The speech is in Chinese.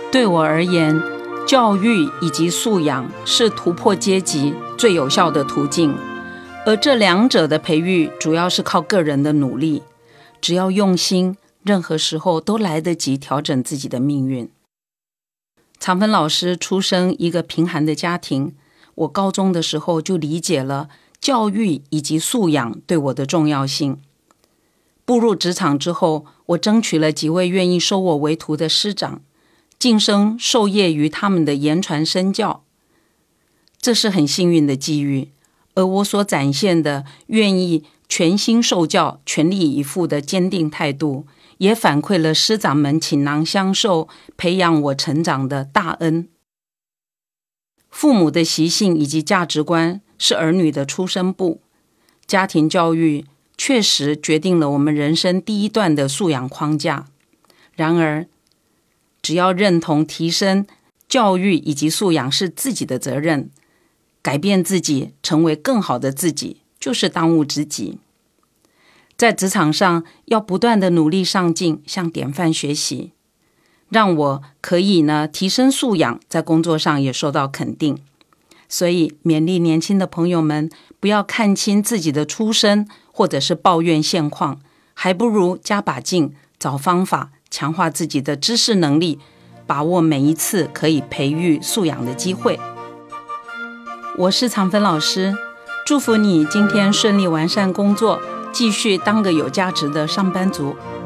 对我而言，教育以及素养是突破阶级最有效的途径，而这两者的培育主要是靠个人的努力。只要用心，任何时候都来得及调整自己的命运。长芬老师出生一个贫寒的家庭，我高中的时候就理解了教育以及素养对我的重要性。步入职场之后，我争取了几位愿意收我为徒的师长，晋升受业于他们的言传身教，这是很幸运的机遇。而我所展现的愿意全心受教、全力以赴的坚定态度，也反馈了师长们倾囊相授、培养我成长的大恩。父母的习性以及价值观是儿女的出生部，家庭教育确实决定了我们人生第一段的素养框架。然而，只要认同提升教育以及素养是自己的责任，改变自己，成为更好的自己，就是当务之急。在职场上，要不断的努力上进，向典范学习，让我可以提升素养，在工作上也受到肯定。所以勉励年轻的朋友们，不要看清自己的出身，或者是抱怨现况，还不如加把劲，找方法强化自己的知识能力，把握每一次可以培育素养的机会。我是长芬老师，祝福你今天顺利完善工作，继续当个有价值的上班族。